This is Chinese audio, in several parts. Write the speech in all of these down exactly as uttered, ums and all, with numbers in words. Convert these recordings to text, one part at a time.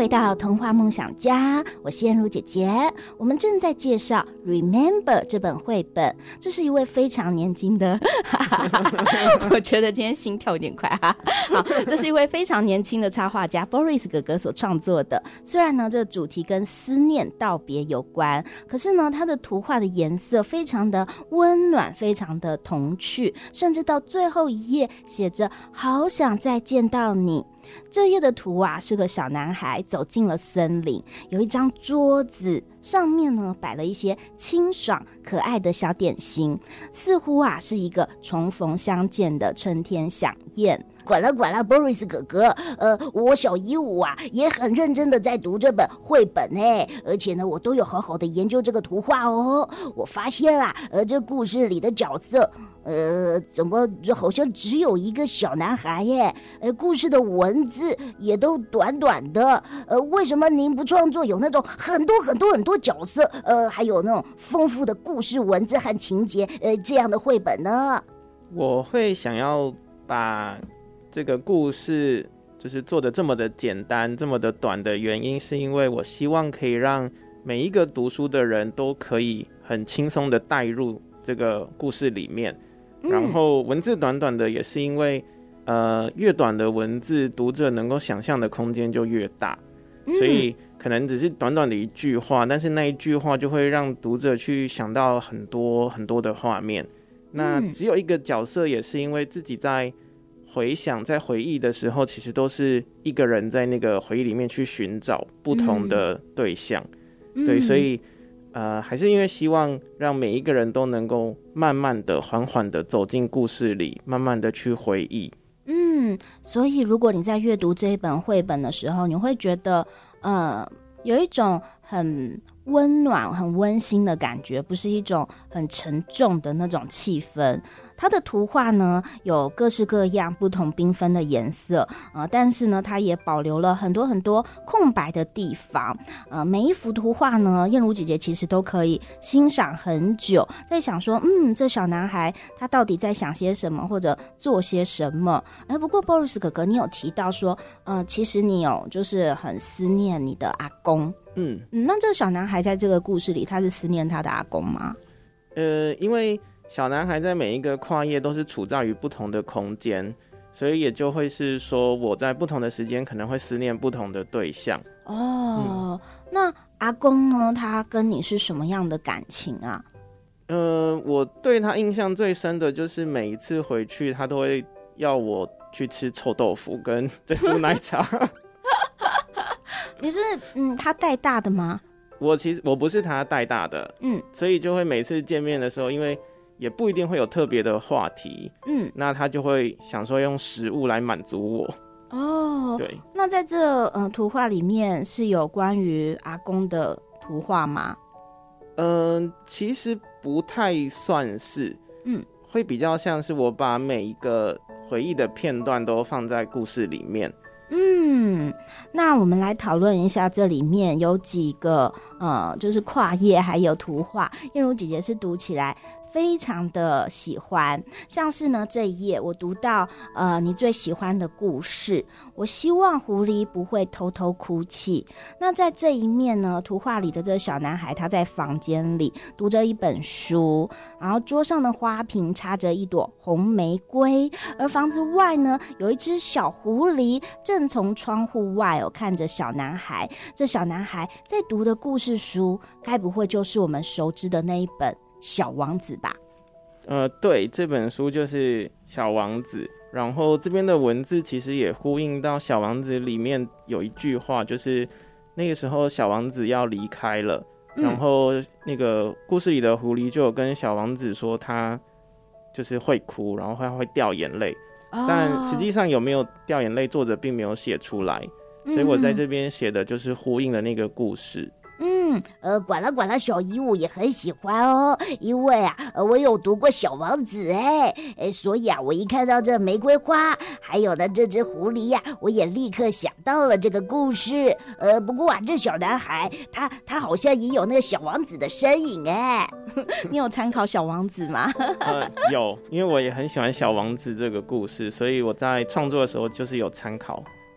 到童话梦想家，我是燕如姐姐。我们正在介绍 Remember 这本绘本，这是一位非常年轻的我觉得今天心跳有点快哈。好，这是一位非常年轻的插画家 Boris 哥哥所创作的。虽然呢这个主题跟思念道别有关，可是呢他的图画的颜色非常的温暖，非常的童趣，甚至到最后一页写着好想再见到你。这页的图啊是个小男孩走进了森林，有一张桌子，上面呢摆了一些清爽可爱的小点心，似乎啊是一个重逢相见的春天飨宴。 管了管了 Boris 哥哥，呃，我小鹦鹉啊也很认真的在读这本绘本哎，而且呢我都有好好的研究这个图画哦。我发现啊，呃，这故事里的角色，呃，怎么好像只有一个小男孩耶？呃，故事的文字也都短短的，呃，为什么您不创作有那种很多很多很多角色，呃，还有那种丰富的故事文字和情节，呃，这样的绘本呢？ 我会想要把这个故事就是做得这么的简单这么的短的原因，是因为我希望可以让每一个读书的人都可以很轻松的带入这个故事里面、嗯、然后文字短短的也是因为呃，越短的文字读者能够想象的空间就越大、嗯、所以可能只是短短的一句话，但是那一句话就会让读者去想到很多很多的画面。那只有一个角色也是因为自己在回想在回忆的时候，其实都是一个人在那个回忆里面去寻找不同的对象、嗯、对，所以呃，还是因为希望让每一个人都能够慢慢的缓缓的走进故事里，慢慢的去回忆。 嗯，所以如果你在阅读这一本绘本的时候，你会觉得呃，有一种很温暖很温馨的感觉，不是一种很沉重的那种气氛。它的图画呢有各式各样不同缤纷的颜色、呃、但是呢它也保留了很多很多空白的地方、呃、每一幅图画呢燕如姐姐其实都可以欣赏很久，在想说嗯，这小男孩他到底在想些什么或者做些什么、呃、不过 Boris 哥哥你有提到说呃，其实你有就是很思念你的阿公。嗯, 嗯那这个小男孩在这个故事里他是思念他的阿公吗？ 呃，因为小男孩在每一个跨页都是处在于不同的空间，所以也就会是说我在不同的时间可能会思念不同的对象。 哦、嗯、那阿公呢他跟你是什么样的感情啊？ 呃，我对他印象最深的就是每一次回去他都会要我去吃臭豆腐跟珍珠奶茶你是嗯他带大的吗？ 我其实我不是他带大的，嗯，所以就会每次见面的时候，因为也不一定会有特别的话题，嗯，那他就会想说用食物来满足我。哦，对， 那在这呃图画里面是有关于阿公的图画吗？ 嗯、呃，其实不太算是，嗯，会比较像是我把每一个回忆的片段都放在故事里面。 嗯，那我们来讨论一下这里面有几个呃，就是跨页还有图画，燕如姐姐是读起来非常的喜欢。像是呢这一页我读到呃你最喜欢的故事，我希望狐狸不会偷偷哭泣。那在这一面呢，图画里的这个小男孩他在房间里读着一本书，然后桌上的花瓶插着一朵红玫瑰，而房子外呢有一只小狐狸正从窗户外哦看着小男孩。这小男孩在读的故事书该不会就是我们熟知的那一本小王子吧？ 呃，对，这本书就是小王子，然后这边的文字其实也呼应到小王子里面有一句话，就是那个时候小王子要离开了、嗯、然后那个故事里的狐狸就有跟小王子说他就是会哭，然后会会掉眼泪、哦、但实际上有没有掉眼泪作者并没有写出来、嗯、所以我在这边写的就是呼应了那个故事。 嗯，呃，管了管了，小鹦鹉也很喜欢哦，因为啊，呃，我有读过《小王子》哎，哎，所以啊，我一看到这玫瑰花，还有呢这只狐狸呀、啊，我也立刻想到了这个故事。呃，不过啊，这小男孩他他好像也有那个小王子的身影哎。 你有参考小王子吗？ 呃，有，因为我也很喜欢小王子这个故事，所以我在创作的时候就是有参考。 嗯，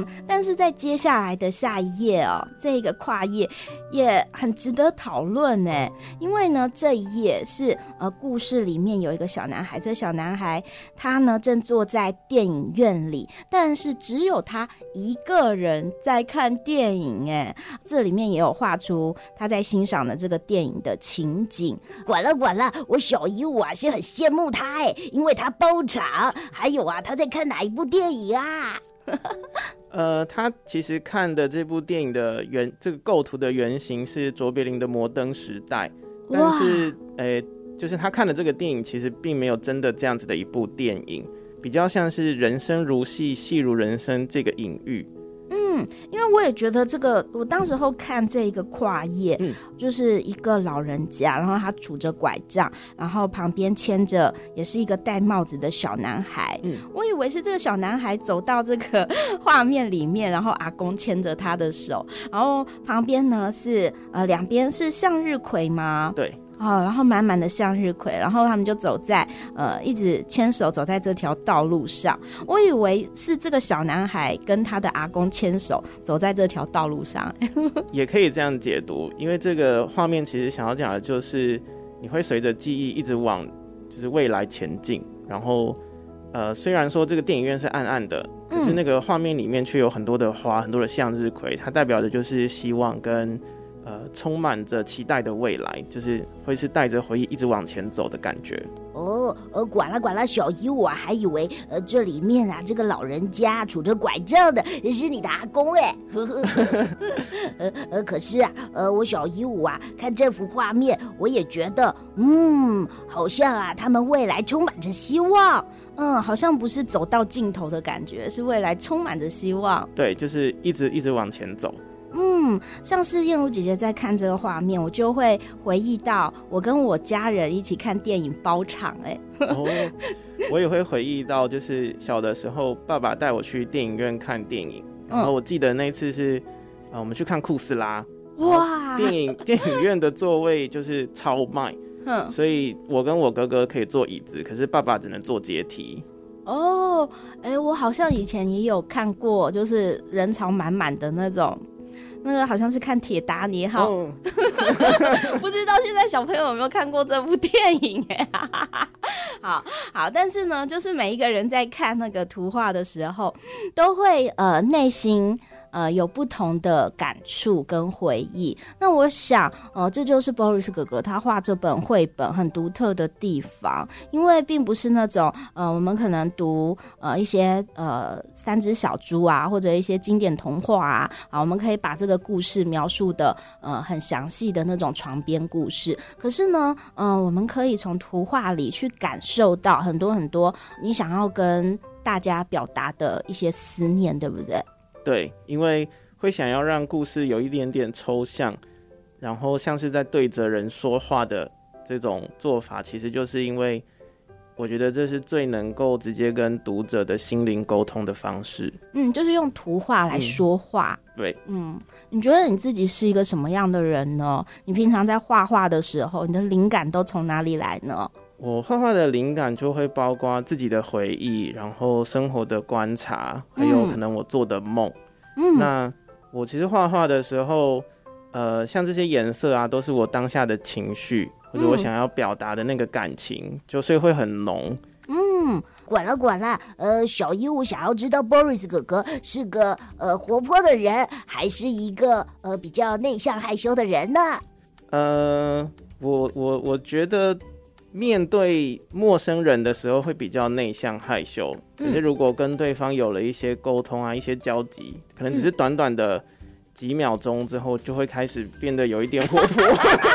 嗯，但是在接下来的下一页哦，这个跨页也很值得讨论呢，因为呢这一页是呃故事里面有一个小男孩，这小男孩他呢正坐在电影院里，但是只有他一个人在看电影哎，这里面也有画出他在欣赏的这个电影的情景。 管了管了，我小姨我啊是很羡慕他哎，因为他包场，还有啊他在看哪一部电影啊？ 呃，他其实看的这部电影的原这个构图的原型是卓别林的《摩登时代》，但是呃，就是他看的这个电影其实并没有真的这样子的一部电影，比较像是人生如戏，戏如人生这个隐喻。 嗯，因为我也觉得这个，我当时候看这个跨页，嗯，就是一个老人家，然后他拄着拐杖，然后旁边牵着也是一个戴帽子的小男孩。嗯，我以为是这个小男孩走到这个画面里面，然后阿公牵着他的手，然后旁边呢是呃两边是向日葵吗？ 对。 哦，然后满满的向日葵，然后他们就走在呃，一直牵手走在这条道路上。我以为是这个小男孩跟他的阿公牵手走在这条道路上， 也可以这样解读，因为这个画面其实想要讲的就是你会随着记忆一直往就是未来前进，然后呃，虽然说这个电影院是暗暗的，可是那个画面里面却有很多的花，很多的向日葵，它代表的就是希望跟呃，充满着期待的未来，就是会是带着回忆一直往前走的感觉。 哦，呃，管了管了，小姨我还以为呃这里面啊这个老人家拄着拐杖的是你的阿公哎，呃呃，可是啊，呃我小姨我啊看这幅画面，我也觉得，嗯，好像啊他们未来充满着希望， 嗯，好像不是走到尽头的感觉，是未来充满着希望。 对，就是一直一直往前走。 嗯，像是燕如姐姐在看这个画面，我就会回忆到我跟我家人一起看电影包场哎、欸哦。 我也会回忆到，就是小的时候，爸爸带我去电影院看电影，然后我记得那一次是，呃、我们去看库斯拉，哇，电影电影院的座位就是超卖，所以我跟我哥哥可以坐椅子，可是爸爸只能坐阶梯。 哦，哎、欸，我好像以前也有看过，就是人潮满满的那种。那个好像是看铁达尼号、oh. 不知道现在小朋友有没有看过这部电影哎，好好，但是呢，就是每一个人在看那个图画的时候，都会呃内心呃有不同的感触跟回忆。那我想，呃，这就是 Boris 哥哥他画这本绘本很独特的地方，因为并不是那种呃我们可能读呃一些呃三只小猪啊，或者一些经典童话啊，啊，我们可以把这个故事描述的呃很详细的那种床边故事。可是呢，呃，我们可以从图画里去感受到很多很多你想要跟大家表达的一些思念，对不对？ 对，因为会想要让故事有一点点抽象，然后像是在对着人说话的这种做法，其实就是因为我觉得这是最能够直接跟读者的心灵沟通的方式。 嗯，就是用图画来说话。 嗯、对， 嗯，你觉得你自己是一个什么样的人呢？你平常在画画的时候，你的灵感都从哪里来呢？ 我画画的灵感就会包括自己的回忆，然后生活的观察，还有可能我做的梦。嗯，那我其实画画的时候，呃，像这些颜色啊，都是我当下的情绪，或者我想要表达的那个感情，就所以会很浓。 嗯，管了管了，呃，小鹦鹉想要知道 Boris 哥哥是个呃活泼的人，还是一个呃比较内向害羞的人呢？ 呃，我我我觉得面对陌生人的时候会比较内向害羞，可是如果跟对方有了一些沟通啊，一些交集，可能只是短短的几秒钟之后，就会开始变得有一点活泼。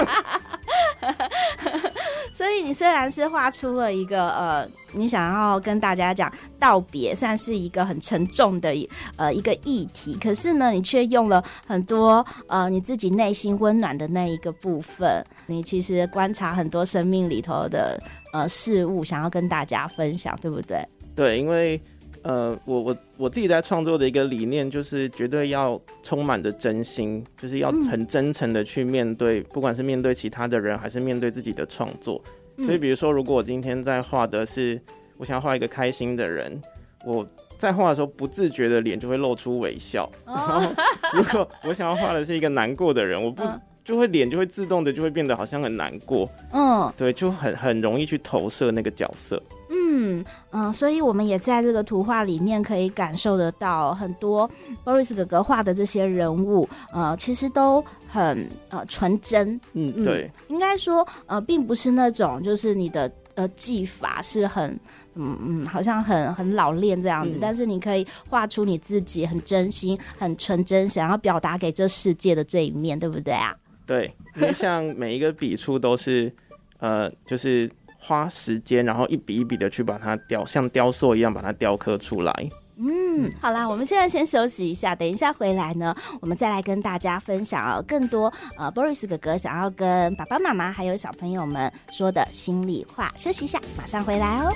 所以你虽然是画出了一个呃，你想要跟大家讲道别，算是一个很沉重的呃一个议题，可是呢，你却用了很多呃你自己内心温暖的那一个部分，你其实观察很多生命里头的呃事物，想要跟大家分享，对不对？ 对，因为呃，我我我自己在创作的一个理念就是绝对要充满着真心，就是要很真诚的去面对，嗯、不管是面对其他的人，还是面对自己的创作。所以，比如说，如果我今天在画的是我想要画一个开心的人，我在画的时候不自觉的脸就会露出微笑。然后如果我想要画的是一个难过的人，我不、嗯、就会脸就会自动的就会变得好像很难过。嗯，对，就很很容易去投射那个角色。 嗯嗯，所以我们也在这个图画里面可以感受得到很多 Boris 哥哥画的这些人物，呃，其实都很呃纯真。 嗯，对， 嗯、应该说呃，并不是那种就是你的呃技法是很嗯嗯，好像很很老练这样子、嗯，但是你可以画出你自己很真心、很纯真，想要表达给这世界的这一面，对不对啊？ 对，因为像每一个笔触都是呃，就是花时间，然后一笔一笔的去把它雕，像雕塑一样把它雕刻出来。 嗯，好啦，我们现在先休息一下，等一下回来呢，我们再来跟大家分享、哦、更多呃 Boris 哥哥想要跟爸爸妈妈还有小朋友们说的心里话。休息一下，马上回来哦。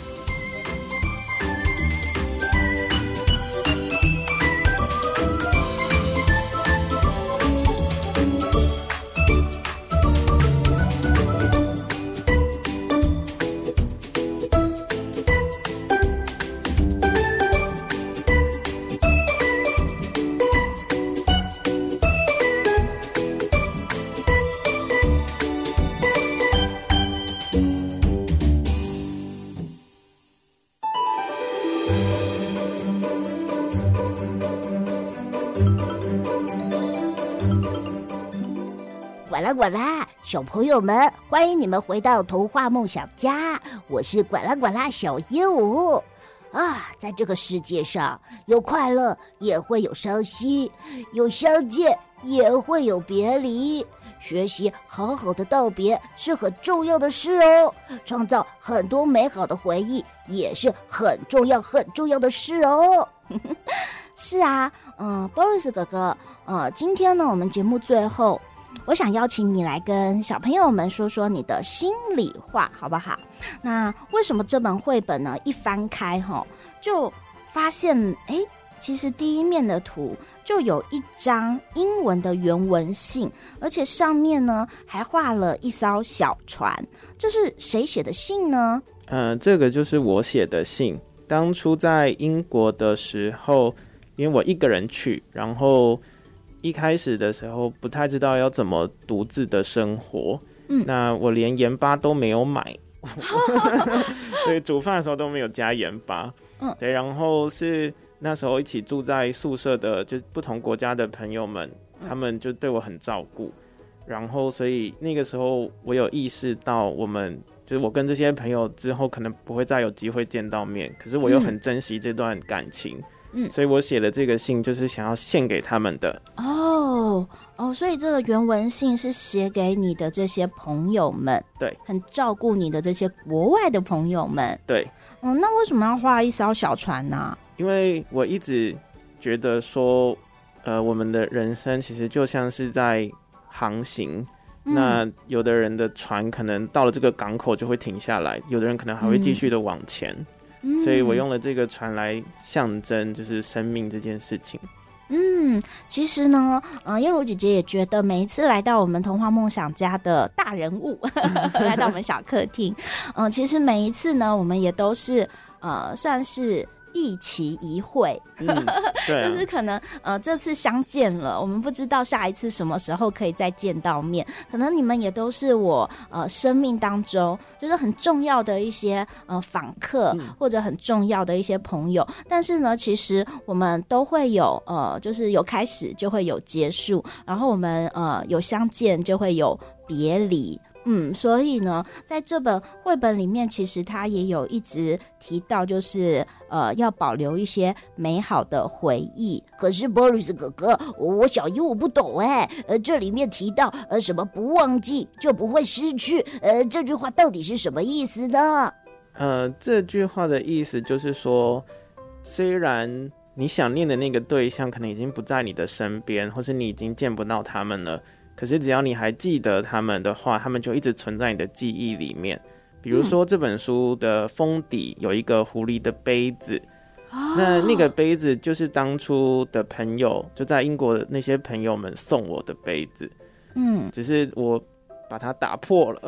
呱啦呱啦，小朋友们，欢迎你们回到童话梦想家，我是呱啦呱啦小鹦鹉啊。在这个世界上，有快乐也会有伤心，有相见也会有别离，学习好好的道别是很重要的事哦，创造很多美好的回忆也是很重要很重要的事哦。 是啊，嗯、呃、，Boris 哥哥，呃，今天呢，我们节目最后，我想邀请你来跟小朋友们说说你的心里话，好不好？那为什么这本绘本呢？一翻开哈，就发现，哎，其实第一面的图就有一张英文的原文信，而且上面呢还画了一艘小船。这是谁写的信呢？ 呃，这个就是我写的信。当初在英国的时候，因为我一个人去，然后一开始的时候不太知道要怎么独自的生活，嗯，那我连盐巴都没有买，所以煮饭的时候都没有加盐巴，嗯，对，然后是那时候一起住在宿舍的，就是不同国家的朋友们，他们就对我很照顾，然后所以那个时候我有意识到，我们就是我跟这些朋友之后可能不会再有机会见到面，可是我又很珍惜这段感情。嗯嗯，所以我写了这个信就是想要献给他们的。 哦哦，所以这个原文信是写给你的这些朋友们， 对， 很照顾你的这些国外的朋友们， 对。 嗯，那为什么要画一艘小船呢？ 因为我一直觉得说，呃，我们的人生其实就像是在航行。嗯、那有的人的船可能到了这个港口就会停下来，有的人可能还会继续的往前。嗯所以我用了这个船来象征就是生命这件事情。 嗯，其实呢，呃，燕如姐姐也觉得每一次来到我们童话梦想家的大人物来到我们小客厅，嗯、呃，其实每一次呢，我们也都是呃，算是一期一会，嗯对啊、就是可能呃这次相见了，我们不知道下一次什么时候可以再见到面，可能你们也都是我呃生命当中就是很重要的一些呃访客、嗯、或者很重要的一些朋友，但是呢其实我们都会有呃就是有开始就会有结束，然后我们呃有相见就会有别离。嗯，所以呢，在这本绘本里面，其实他也有一直提到，就是呃，要保留一些美好的回忆。 可是 Boris 哥哥，我小鹦鹉不懂哎，呃，这里面提到呃什么不忘记就不会失去，呃，这句话到底是什么意思呢？ 呃，这句话的意思就是说，虽然你想念的那个对象可能已经不在你的身边，或是你已经见不到他们了。可是只要你还记得他们的话，他们就一直存在你的记忆里面。比如说这本书的封底有一个狐狸的杯子、哦、那那个杯子就是当初的朋友，就在英国的那些朋友们送我的杯子。嗯，只是我把它打破了，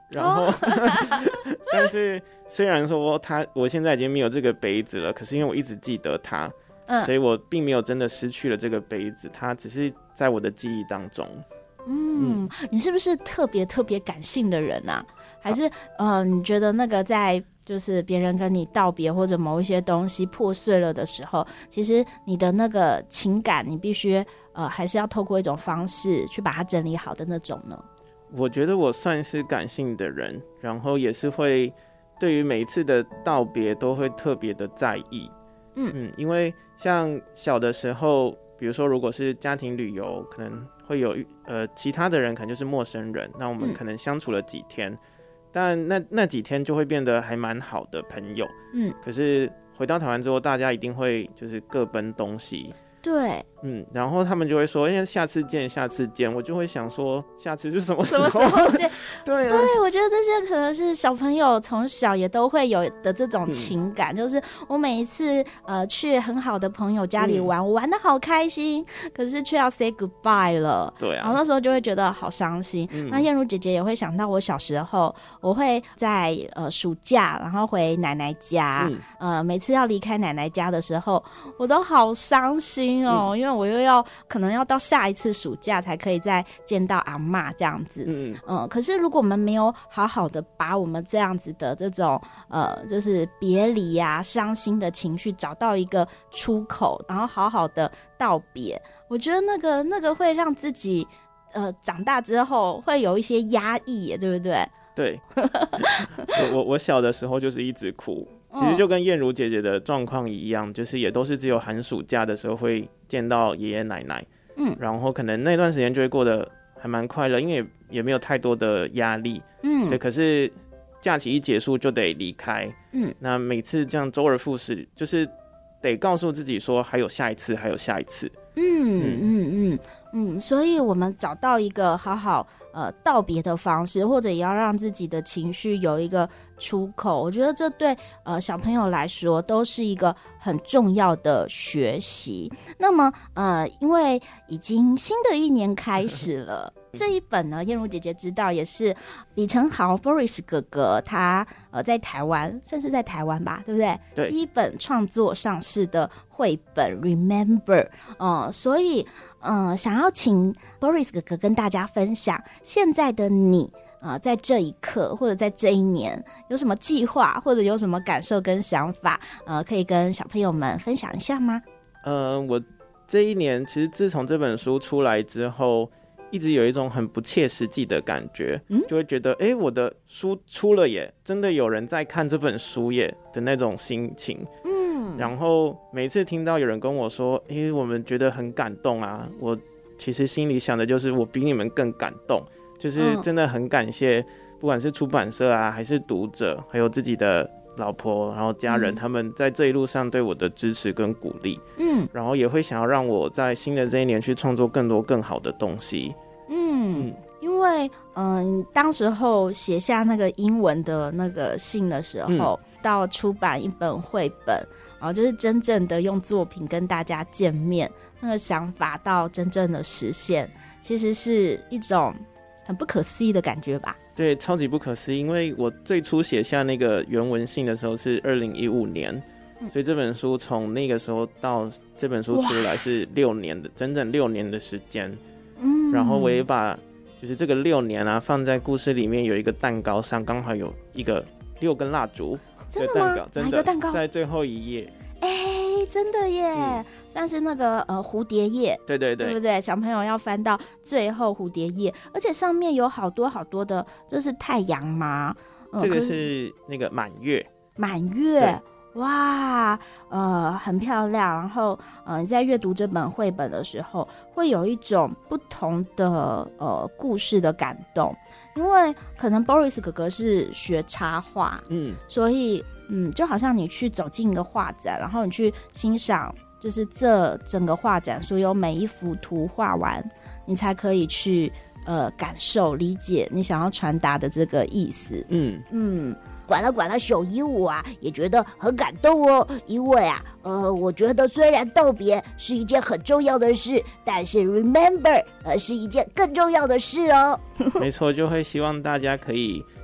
然后、哦、但是虽然说他我现在已经没有这个杯子了，可是因为我一直记得他、嗯、所以我并没有真的失去了这个杯子，它只是在我的记忆当中。 嗯, 嗯你是不是特别特别感性的人啊？还是呃，你觉得那个在就是别人跟你道别或者某一些东西破碎了的时候，其实你的那个情感你必须呃还是要透过一种方式去把它整理好的那种呢？ 我觉得我算是感性的人，然后也是会对于每一次的道别都会特别的在意。嗯嗯，因为像小的时候，比如说如果是家庭旅游，可能会有呃其他的人可能就是陌生人，那我们可能相处了几天、嗯、但那那几天就会变得还蛮好的朋友。嗯，可是回到台湾之后，大家一定会就是各奔东西。 对， 嗯，然后他们就会说，哎、欸，下次见，下次见。我就会想说，下次是什么时候？ 什么时候见？ 对、啊， 对，我觉得这些可能是小朋友从小也都会有的这种情感，嗯、就是我每一次呃去很好的朋友家里玩，嗯、我玩得好开心，可是却要 say goodbye 了。对啊，然后那时候就会觉得好伤心。嗯、那燕如姐姐也会想到我小时候，我会在呃暑假然后回奶奶家，嗯、呃每次要离开奶奶家的时候，我都好伤心。哦、因为我又要可能要到下一次暑假才可以再见到阿嬷这样子。嗯嗯，可是如果我们没有好好的把我们这样子的这种呃就是别离啊伤心的情绪找到一个出口，然后好好的道别，我觉得那个那个会让自己呃长大之后会有一些压抑耶，对不对？ 对，我我我小的时候就是一直哭，其实就跟燕如姐姐的状况一样，就是也都是只有寒暑假的时候会见到爷爷奶奶，嗯，然后可能那段时间就会过得还蛮快乐，因为 也, 也没有太多的压力，嗯，对。可是假期一结束就得离开，嗯，那每次这样周而复始，就是得告诉自己说还有下一次，还有下一次。 嗯嗯嗯嗯，所以我们找到一个好好呃道别的方式，或者也要让自己的情绪有一个出口。我觉得这对呃小朋友来说都是一个很重要的学习。那么呃，因为已经新的一年开始了。这一本呢，燕如姐姐知道也是李承豪 Boris 哥哥他呃在台湾，算是在台湾吧，对不对？ 对， 第一本创作上市的绘本 Remember， 呃，所以呃想要请 Boris 哥哥跟大家分享现在的你啊、呃，在这一刻或者在这一年有什么计划，或者有什么感受跟想法，呃，可以跟小朋友们分享一下吗？ 呃，我这一年其实自从这本书出来之后，一直有一种很不切实际的感觉，嗯、就会觉得，哎、欸，我的书出了耶，真的有人在看这本书耶的那种心情。嗯，然后每次听到有人跟我说，哎、欸，我们觉得很感动啊，我其实心里想的就是，我比你们更感动，就是真的很感谢，不管是出版社啊，还是读者，还有自己的老婆，然后家人、嗯、他们在这一路上对我的支持跟鼓励，嗯，然后也会想要让我在新的这一年去创作更多更好的东西。 嗯, 嗯因为嗯，当时候写下那个英文的那个信的时候、嗯、到出版一本绘本，然后就是真正的用作品跟大家见面，那个想法到真正的实现，其实是一种很不可思议的感觉吧。 对，超级不可思议，因为我最初写下那个原文信的时候是二零一五年、嗯、所以这本书从那个时候到这本书出来是六年的，整整六年的时间。嗯，然后我也把就是这个六年啊放在故事里面，有一个蛋糕上刚好有一个六根蜡烛。 真的吗？ 蛋糕真的哪一个蛋糕？ 在最后一页。 哎、欸，真的耶，嗯、算是那个呃蝴蝶页， 对对对， 对不对？小朋友要翻到最后蝴蝶页，而且上面有好多好多的，这是太阳吗？ 呃、这个是那个满月， 满月。哇，呃，很漂亮。然后，呃，你在阅读这本绘本的时候，会有一种不同的呃故事的感动，因为可能 Boris 哥哥是学插画，嗯，所以嗯，就好像你去走进一个画展，然后你去欣赏，就是这整个画展所有每一幅图画完，你才可以去呃感受、理解你想要传达的这个意思。嗯嗯。管了管了，小鹦鹉啊，也觉得很感动哦。因为啊，呃，我觉得虽然道别是一件很重要的事，但是 remember 呃是一件更重要的事哦。 没错，就会希望大家可以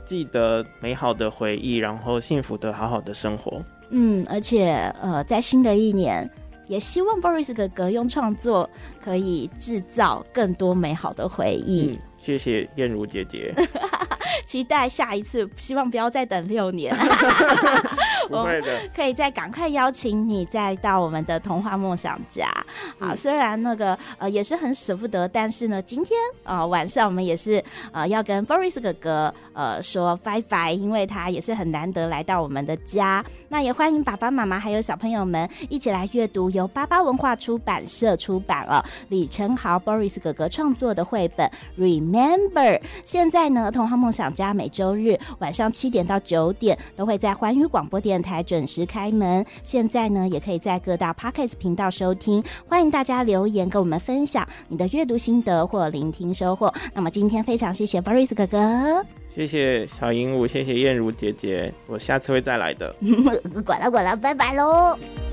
记得美好的回忆，然后幸福的好好的生活。 嗯，而且呃，在新的一年，也希望 Boris 哥哥用创作可以制造更多美好的回忆。 嗯，谢谢燕如姐姐。 期待下一次，希望不要再等六年。 不会的， 可以再赶快邀请你再到我们的童话梦想家。好，嗯、虽然那个呃也是很舍不得，但是呢，今天啊、呃、晚上我们也是呃要跟 Boris 哥哥呃说拜拜，因为他也是很难得来到我们的家。那也欢迎爸爸妈妈还有小朋友们一起来阅读由巴巴文化出版社出版哦李承豪 Boris 哥哥创作的绘本 Remember。现在呢，童话梦想家每周日晚上七点到九点都会在环宇广播电台准时开门。现在呢，也可以在各大 Podcast 频道收听。欢迎大家留言跟我们分享你的阅读心得或聆听收获。那么今天非常谢谢 Boris 哥哥， 谢谢小鹦鹉，谢谢燕如姐姐，我下次会再来的。 管了管了，拜拜喽。